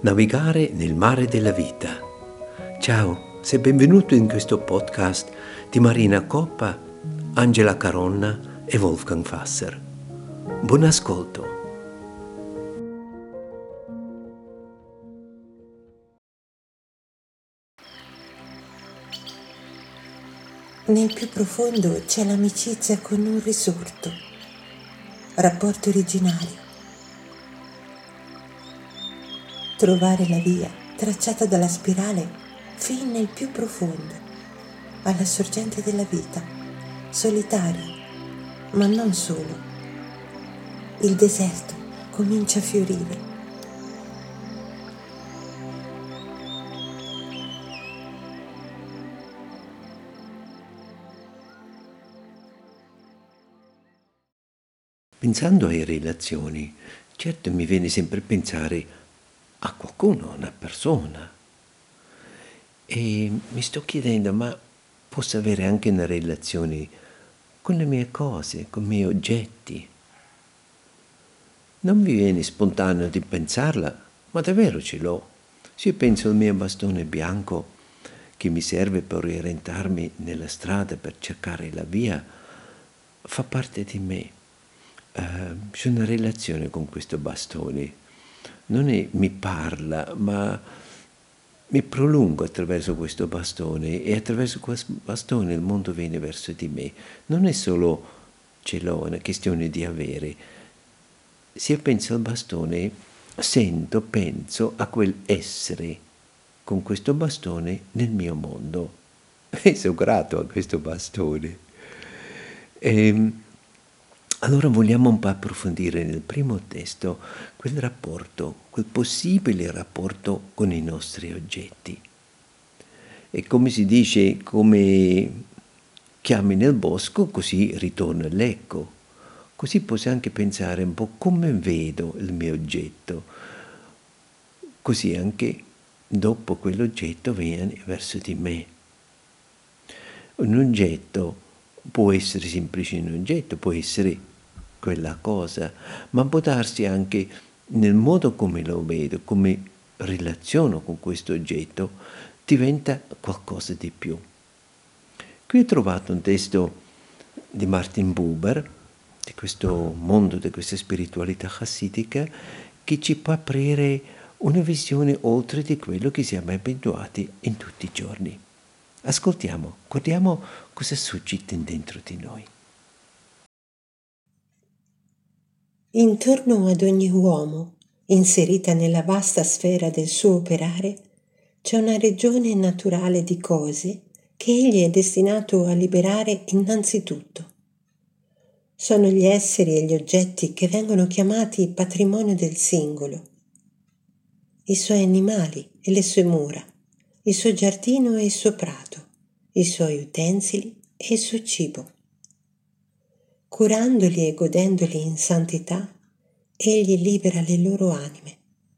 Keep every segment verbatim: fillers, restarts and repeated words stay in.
Navigare nel mare della vita. Ciao, sei benvenuto in questo podcast di Marina Coppa, Angela Caronna e Wolfgang Fasser. Buon ascolto. Nel più profondo c'è l'amicizia con un risorto, rapporti originari. Trovare la via tracciata dalla spirale fin nel più profondo, alla sorgente della vita, solitaria, ma non solo. Il deserto comincia a fiorire. Pensando alle relazioni, certo mi viene sempre a pensare a qualcuno, a una persona. E mi sto chiedendo, ma posso avere anche una relazione con le mie cose, con i miei oggetti? Non mi viene spontaneo di pensarla, ma davvero ce l'ho. Se io penso al mio bastone bianco che mi serve per orientarmi nella strada, per cercare la via, fa parte di me. Uh, c'è una relazione con questo bastone. Non è mi parla, ma mi prolungo attraverso questo bastone e attraverso questo bastone il mondo viene verso di me. Non è solo ce l'ho, è una questione di avere. Se io penso al bastone, sento, penso a quel essere con questo bastone nel mio mondo. E sono grato a questo bastone. E, allora vogliamo un po' approfondire nel primo testo quel rapporto, quel possibile rapporto con i nostri oggetti. E come si dice, come chiami nel bosco, così ritorna l'eco. Così posso anche pensare un po' come vedo il mio oggetto. Così anche dopo quell'oggetto viene verso di me. Un oggetto può essere semplice un oggetto, può essere quella cosa, ma può darsi anche nel modo come lo vedo, come relaziono con questo oggetto, diventa qualcosa di più. Qui ho trovato un testo di Martin Buber, di questo mondo, di questa spiritualità chassidica, che ci può aprire una visione oltre di quello che siamo abituati in tutti i giorni. Ascoltiamo, guardiamo cosa succede dentro di noi. Intorno ad ogni uomo, inserita nella vasta sfera del suo operare, c'è una regione naturale di cose che egli è destinato a liberare innanzitutto. Sono gli esseri e gli oggetti che vengono chiamati patrimonio del singolo. I suoi animali e le sue mura, il suo giardino e il suo prato, i suoi utensili e il suo cibo. Curandoli e godendoli in santità, egli libera le loro anime.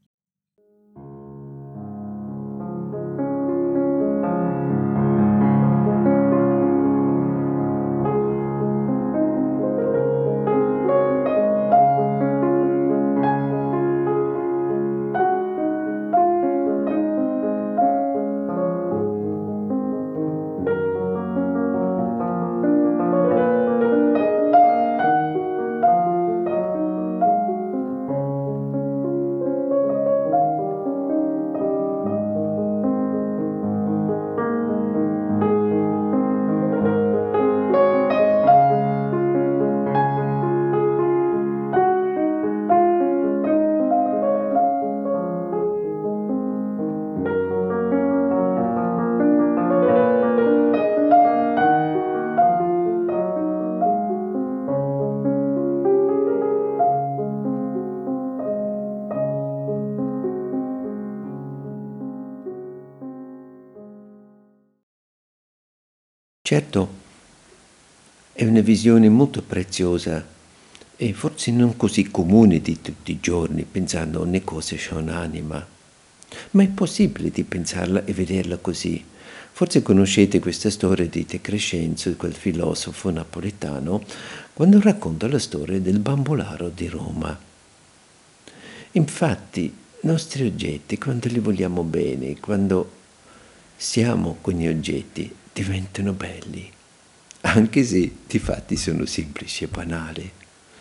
Certo, è una visione molto preziosa e forse non così comune di tutti i giorni, pensando ogni cosa c'è un'anima, ma è possibile di pensarla e vederla così. Forse conoscete questa storia di De Crescenzo, quel filosofo napoletano, quando racconta la storia del bambolaro di Roma. Infatti, nostri oggetti, quando li vogliamo bene, quando siamo con gli oggetti, diventano belli, anche se di fatti sono semplici e banali.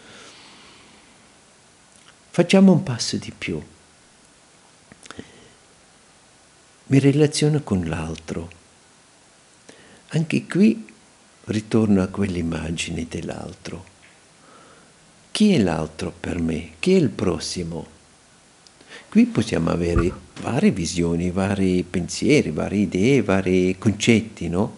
Facciamo un passo di più. Mi relaziono con l'altro. Anche qui ritorno a quell'immagine dell'altro. Chi è l'altro per me? Chi è il prossimo? Qui possiamo avere varie visioni, vari pensieri, varie idee, vari concetti, no?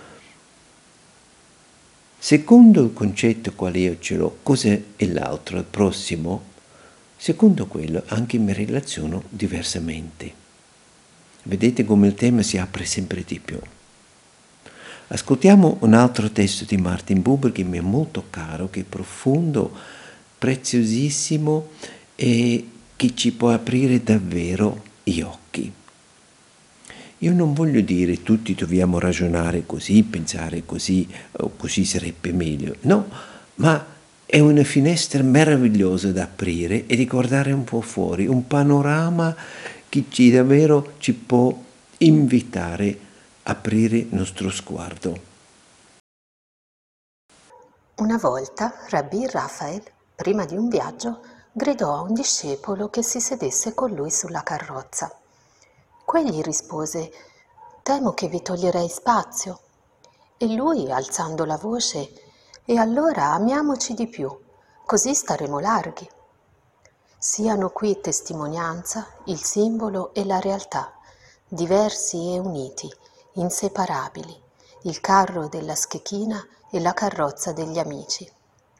Secondo il concetto quale io ce l'ho, cos'è l'altro, il prossimo? Secondo quello anche mi relaziono diversamente. Vedete come il tema si apre sempre di più. Ascoltiamo un altro testo di Martin Buber che mi è molto caro, che è profondo, preziosissimo e che ci può aprire davvero gli occhi. Io non voglio dire tutti dobbiamo ragionare così, pensare così, o così sarebbe meglio. No, ma è una finestra meravigliosa da aprire e di guardare un po' fuori, un panorama che ci davvero ci può invitare a aprire il nostro sguardo. Una volta Rabbi Raphael, prima di un viaggio, gridò a un discepolo che si sedesse con lui sulla carrozza. Quegli rispose: «Temo che vi toglierei spazio». E lui, alzando la voce: «E allora amiamoci di più, così staremo larghi». Siano qui testimonianza, il simbolo e la realtà, diversi e uniti, inseparabili, il carro della schechina e la carrozza degli amici.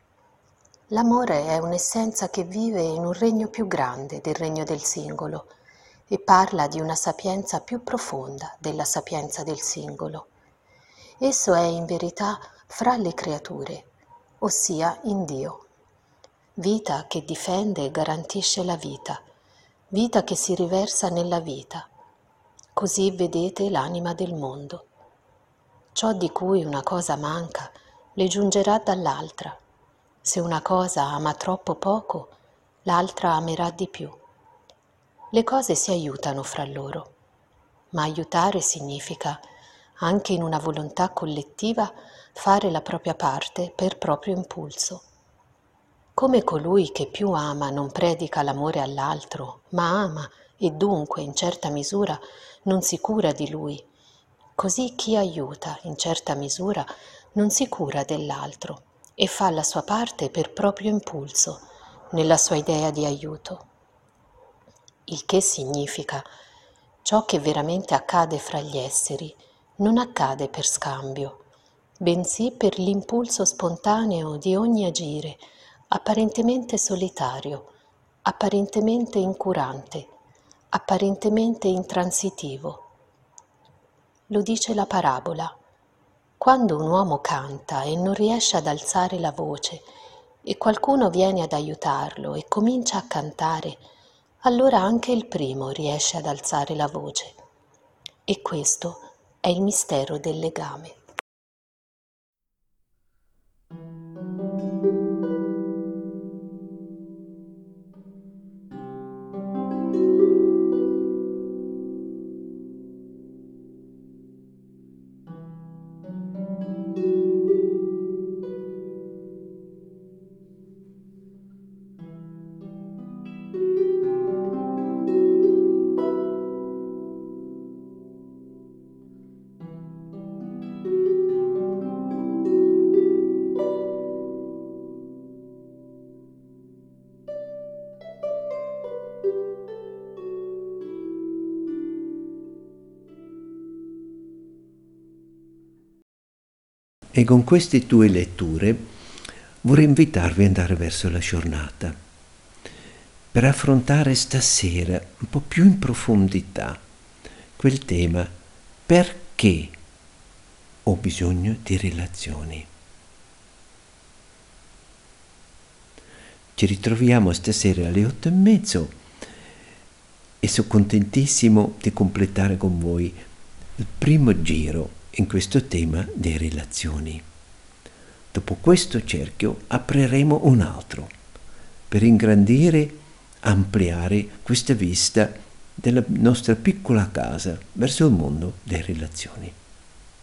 L'amore è un'essenza che vive in un regno più grande del regno del singolo e parla di una sapienza più profonda della sapienza del singolo. Esso è in verità fra le creature, ossia in Dio. Vita che difende e garantisce la vita, vita che si riversa nella vita. Così vedete l'anima del mondo. Ciò di cui una cosa manca le giungerà dall'altra. Se una cosa ama troppo poco, l'altra amerà di più. Le cose si aiutano fra loro, ma aiutare significa, anche in una volontà collettiva, fare la propria parte per proprio impulso. Come colui che più ama non predica l'amore all'altro, ma ama e dunque in certa misura non si cura di lui, così chi aiuta in certa misura non si cura dell'altro e fa la sua parte per proprio impulso, nella sua idea di aiuto. Il che significa: ciò che veramente accade fra gli esseri non accade per scambio, bensì per l'impulso spontaneo di ogni agire, apparentemente solitario, apparentemente incurante, apparentemente intransitivo. Lo dice la parabola. Quando un uomo canta e non riesce ad alzare la voce e qualcuno viene ad aiutarlo e comincia a cantare, allora anche il primo riesce ad alzare la voce. E questo è il mistero del legame. E con queste due letture vorrei invitarvi ad andare verso la giornata per affrontare stasera un po' più in profondità quel tema: perché ho bisogno di relazioni. Ci ritroviamo stasera alle otto e mezzo e sono contentissimo di completare con voi il primo giro in questo tema delle relazioni. Dopo questo cerchio apriremo un altro per ingrandire ampliare questa vista della nostra piccola casa verso il mondo delle relazioni.